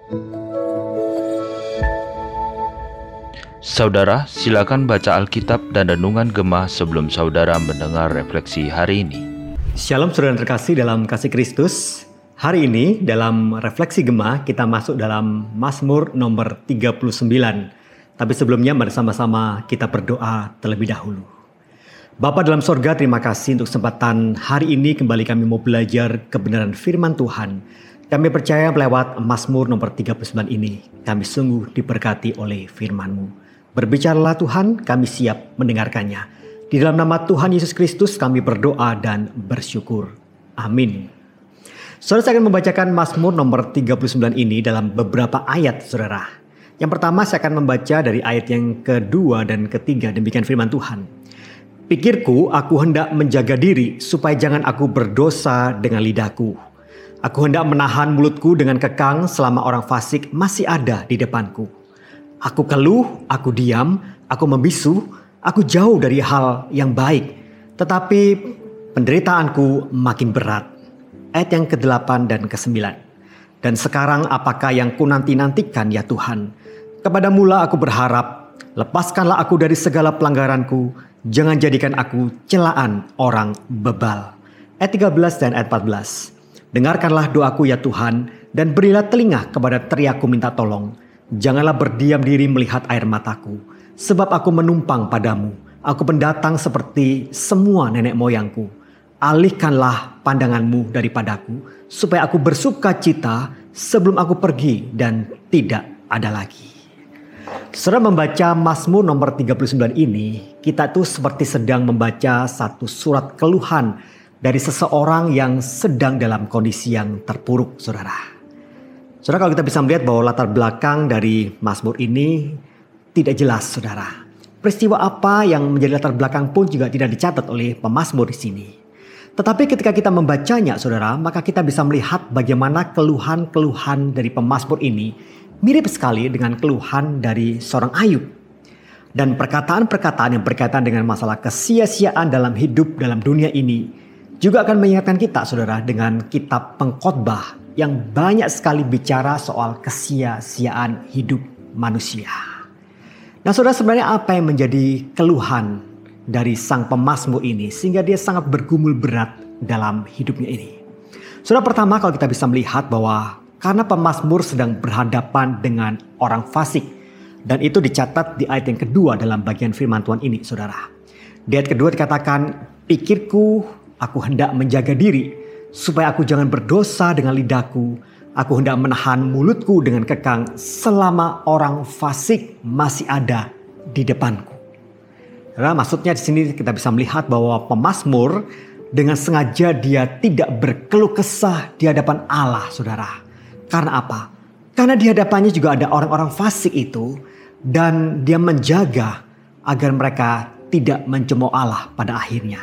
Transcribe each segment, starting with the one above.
Saudara, silakan baca Alkitab dan Renungan Gemah sebelum saudara mendengar refleksi hari ini. Shalom saudara terkasih dalam kasih Kristus. Hari ini dalam refleksi Gemah kita masuk dalam Mazmur nomor 39. Tapi sebelumnya mari sama-sama kita berdoa terlebih dahulu. Bapa dalam sorga, terima kasih untuk kesempatan hari ini kembali kami mau belajar kebenaran firman Tuhan. Kami percaya lewat Mazmur nomor 39 ini kami sungguh diberkati oleh firman-Mu. Berbicaralah Tuhan, kami siap mendengarkannya. Di dalam nama Tuhan Yesus Kristus kami berdoa dan bersyukur. Amin. Saudara, saya akan membacakan Mazmur nomor 39 ini dalam beberapa ayat, saudara. Yang pertama saya akan membaca dari ayat yang kedua dan ketiga, demikian firman Tuhan. Pikirku, aku hendak menjaga diri supaya jangan aku berdosa dengan lidahku. Aku hendak menahan mulutku dengan kekang selama orang fasik masih ada di depanku. Aku keluh, aku diam, aku membisu, aku jauh dari hal yang baik. Tetapi penderitaanku makin berat. Ayat yang ke-8 dan ke-9. Dan sekarang apakah yang ku nanti-nantikan ya Tuhan? Kepada mula aku berharap, lepaskanlah aku dari segala pelanggaranku. Jangan jadikan aku celaan orang bebal. Ayat 13 dan ayat 14. Dengarkanlah doaku ya Tuhan, dan berilah telinga kepada teriakku minta tolong. Janganlah berdiam diri melihat air mataku, sebab aku menumpang padamu. Aku pendatang seperti semua nenek moyangku. Alihkanlah pandanganmu daripadaku, supaya aku bersuka cita sebelum aku pergi dan tidak ada lagi. Setelah membaca Mazmur nomor 39 ini, kita tuh seperti sedang membaca satu surat keluhan dari seseorang yang sedang dalam kondisi yang terpuruk, saudara. Saudara, kalau kita bisa melihat bahwa latar belakang dari Mazmur ini tidak jelas, saudara. Peristiwa apa yang menjadi latar belakang pun juga tidak dicatat oleh pemazmur di sini. Tetapi ketika kita membacanya, saudara, maka kita bisa melihat bagaimana keluhan-keluhan dari pemazmur ini mirip sekali dengan keluhan dari seorang Ayub. Dan perkataan-perkataan yang berkaitan dengan masalah kesia-siaan dalam hidup dalam dunia ini juga akan mengingatkan kita, saudara, dengan kitab Pengkhotbah yang banyak sekali bicara soal kesia-siaan hidup manusia. Nah, saudara, sebenarnya apa yang menjadi keluhan dari sang pemazmur ini sehingga dia sangat bergumul berat dalam hidupnya ini? Saudara, pertama kalau kita bisa melihat bahwa karena pemazmur sedang berhadapan dengan orang fasik, dan itu dicatat di ayat yang kedua dalam bagian firman Tuhan ini, saudara. Di ayat kedua dikatakan, pikirku, aku hendak menjaga diri supaya aku jangan berdosa dengan lidahku. Aku hendak menahan mulutku dengan kekang selama orang fasik masih ada di depanku. Nah, maksudnya di sini kita bisa melihat bahwa pemazmur dengan sengaja dia tidak berkeluh kesah di hadapan Allah, saudara. Karena apa? Karena di hadapannya juga ada orang-orang fasik itu, dan dia menjaga agar mereka tidak mencemooh Allah pada akhirnya.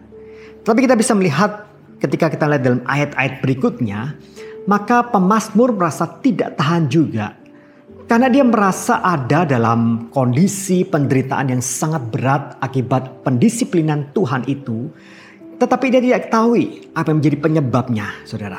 Tapi kita bisa melihat ketika kita lihat dalam ayat-ayat berikutnya, maka pemazmur merasa tidak tahan juga. Karena dia merasa ada dalam kondisi penderitaan yang sangat berat akibat pendisiplinan Tuhan itu. Tetapi dia tidak ketahui apa yang menjadi penyebabnya, saudara.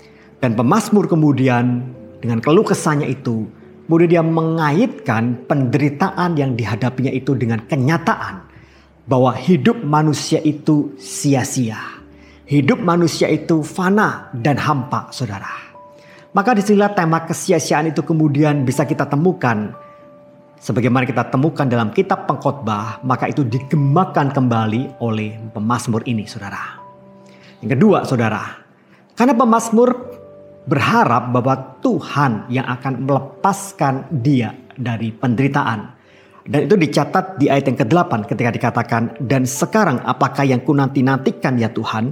Dan pemazmur kemudian dengan keluh kesahnya itu, kemudian dia mengaitkan penderitaan yang dihadapinya itu dengan kenyataan bahwa hidup manusia itu sia-sia. Hidup manusia itu fana dan hampa, saudara. Maka disinilah tema kesia-siaan itu kemudian bisa kita temukan. Sebagaimana kita temukan dalam kitab Pengkhotbah, maka itu digemakan kembali oleh pemazmur ini, saudara. Yang kedua, saudara, karena pemazmur berharap bahwa Tuhan yang akan melepaskan dia dari penderitaan. Dan itu dicatat di ayat yang ke-8 ketika dikatakan, dan sekarang apakah yang ku nanti-nantikan ya Tuhan,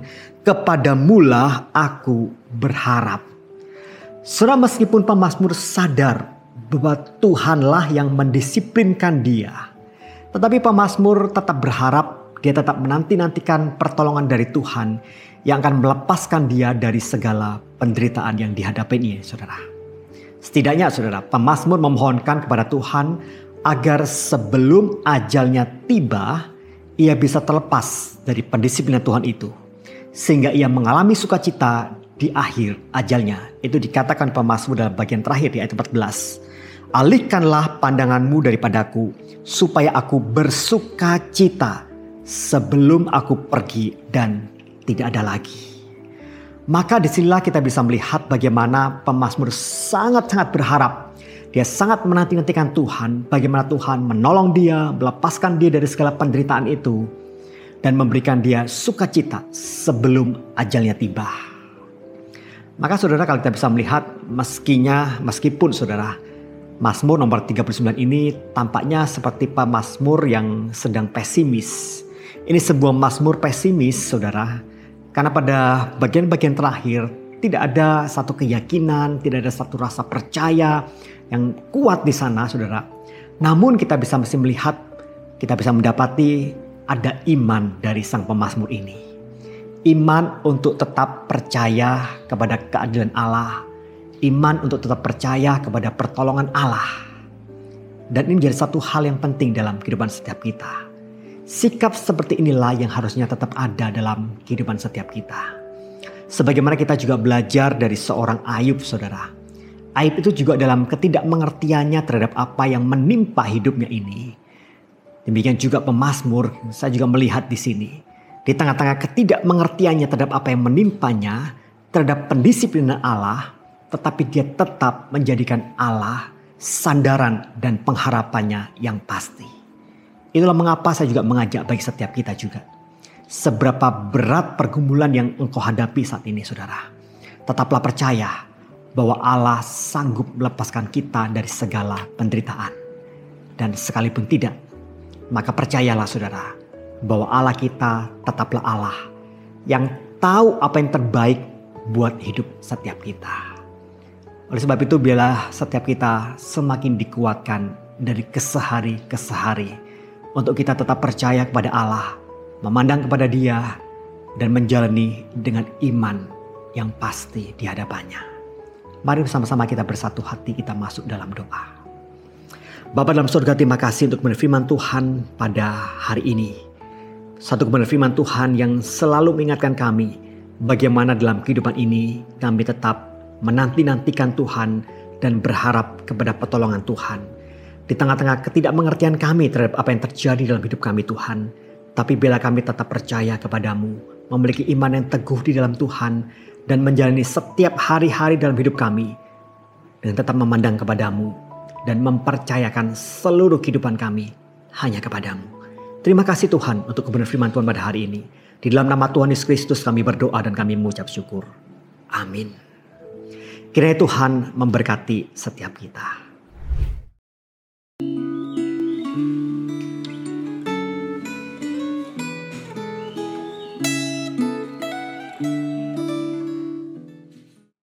kepadamulah aku berharap. Saudara, meskipun pemazmur sadar bahwa Tuhanlah yang mendisiplinkan dia, tetapi pemazmur tetap berharap, dia tetap menanti-nantikan pertolongan dari Tuhan yang akan melepaskan dia dari segala penderitaan yang dihadapinya, saudara. Setidaknya, saudara, pemazmur memohonkan kepada Tuhan agar sebelum ajalnya tiba, ia bisa terlepas dari pendisiplinan Tuhan itu. Sehingga ia mengalami sukacita di akhir ajalnya. Itu dikatakan pemazmur dalam bagian terakhir di ayat 14. Alihkanlah pandanganmu daripadaku, supaya aku bersuka cita sebelum aku pergi dan tidak ada lagi. Maka disinilah kita bisa melihat bagaimana pemazmur sangat-sangat berharap. Dia sangat menanti-nantikan Tuhan, bagaimana Tuhan menolong dia, melepaskan dia dari segala penderitaan itu, dan memberikan dia sukacita sebelum ajalnya tiba. Maka saudara, kalau kita bisa melihat meskipun saudara, Mazmur nomor 39 ini tampaknya seperti pemazmur yang sedang pesimis. Ini sebuah mazmur pesimis saudara, karena pada bagian-bagian terakhir tidak ada satu keyakinan, tidak ada satu rasa percaya yang kuat di sana saudara. Namun kita bisa masih melihat, kita bisa mendapati ada iman dari sang pemazmur ini. Iman untuk tetap percaya kepada keadilan Allah. Iman untuk tetap percaya kepada pertolongan Allah. Dan ini menjadi satu hal yang penting dalam kehidupan setiap kita. Sikap seperti inilah yang harusnya tetap ada dalam kehidupan setiap kita. Sebagaimana kita juga belajar dari seorang Ayub saudara. Ayub itu juga dalam ketidakmengertiannya terhadap apa yang menimpa hidupnya ini. Demikian juga pemazmur, saya juga melihat di sini. Di tengah-tengah ketidakmengertiannya terhadap apa yang menimpanya, terhadap pendisiplinan Allah, tetapi dia tetap menjadikan Allah sandaran dan pengharapannya yang pasti. Itulah mengapa saya juga mengajak bagi setiap kita juga. Seberapa berat pergumulan yang engkau hadapi saat ini saudara. Tetaplah percaya bahwa Allah sanggup melepaskan kita dari segala penderitaan. Dan sekalipun tidak, maka percayalah saudara bahwa Allah kita tetaplah Allah yang tahu apa yang terbaik buat hidup setiap kita. Oleh sebab itu biarlah setiap kita semakin dikuatkan dari kesehari ke sehari untuk kita tetap percaya kepada Allah, memandang kepada Dia, dan menjalani dengan iman yang pasti di hadapannya. Mari bersama-sama kita bersatu hati, kita masuk dalam doa. Bapa dalam surga, terima kasih untuk kebenaran firman Tuhan pada hari ini. Satu kebenaran firman Tuhan yang selalu mengingatkan kami bagaimana dalam kehidupan ini kami tetap menanti-nantikan Tuhan dan berharap kepada pertolongan Tuhan. Di tengah-tengah ketidakmengertian kami terhadap apa yang terjadi dalam hidup kami Tuhan. Tapi bila kami tetap percaya kepadamu, memiliki iman yang teguh di dalam Tuhan, dan menjalani setiap hari-hari dalam hidup kami dengan tetap memandang kepadamu dan mempercayakan seluruh kehidupan kami hanya kepadamu. Terima kasih Tuhan untuk kebenaran firman Tuhan pada hari ini. Di dalam nama Tuhan Yesus Kristus kami berdoa dan kami mengucap syukur. Amin. Kiranya Tuhan memberkati setiap kita.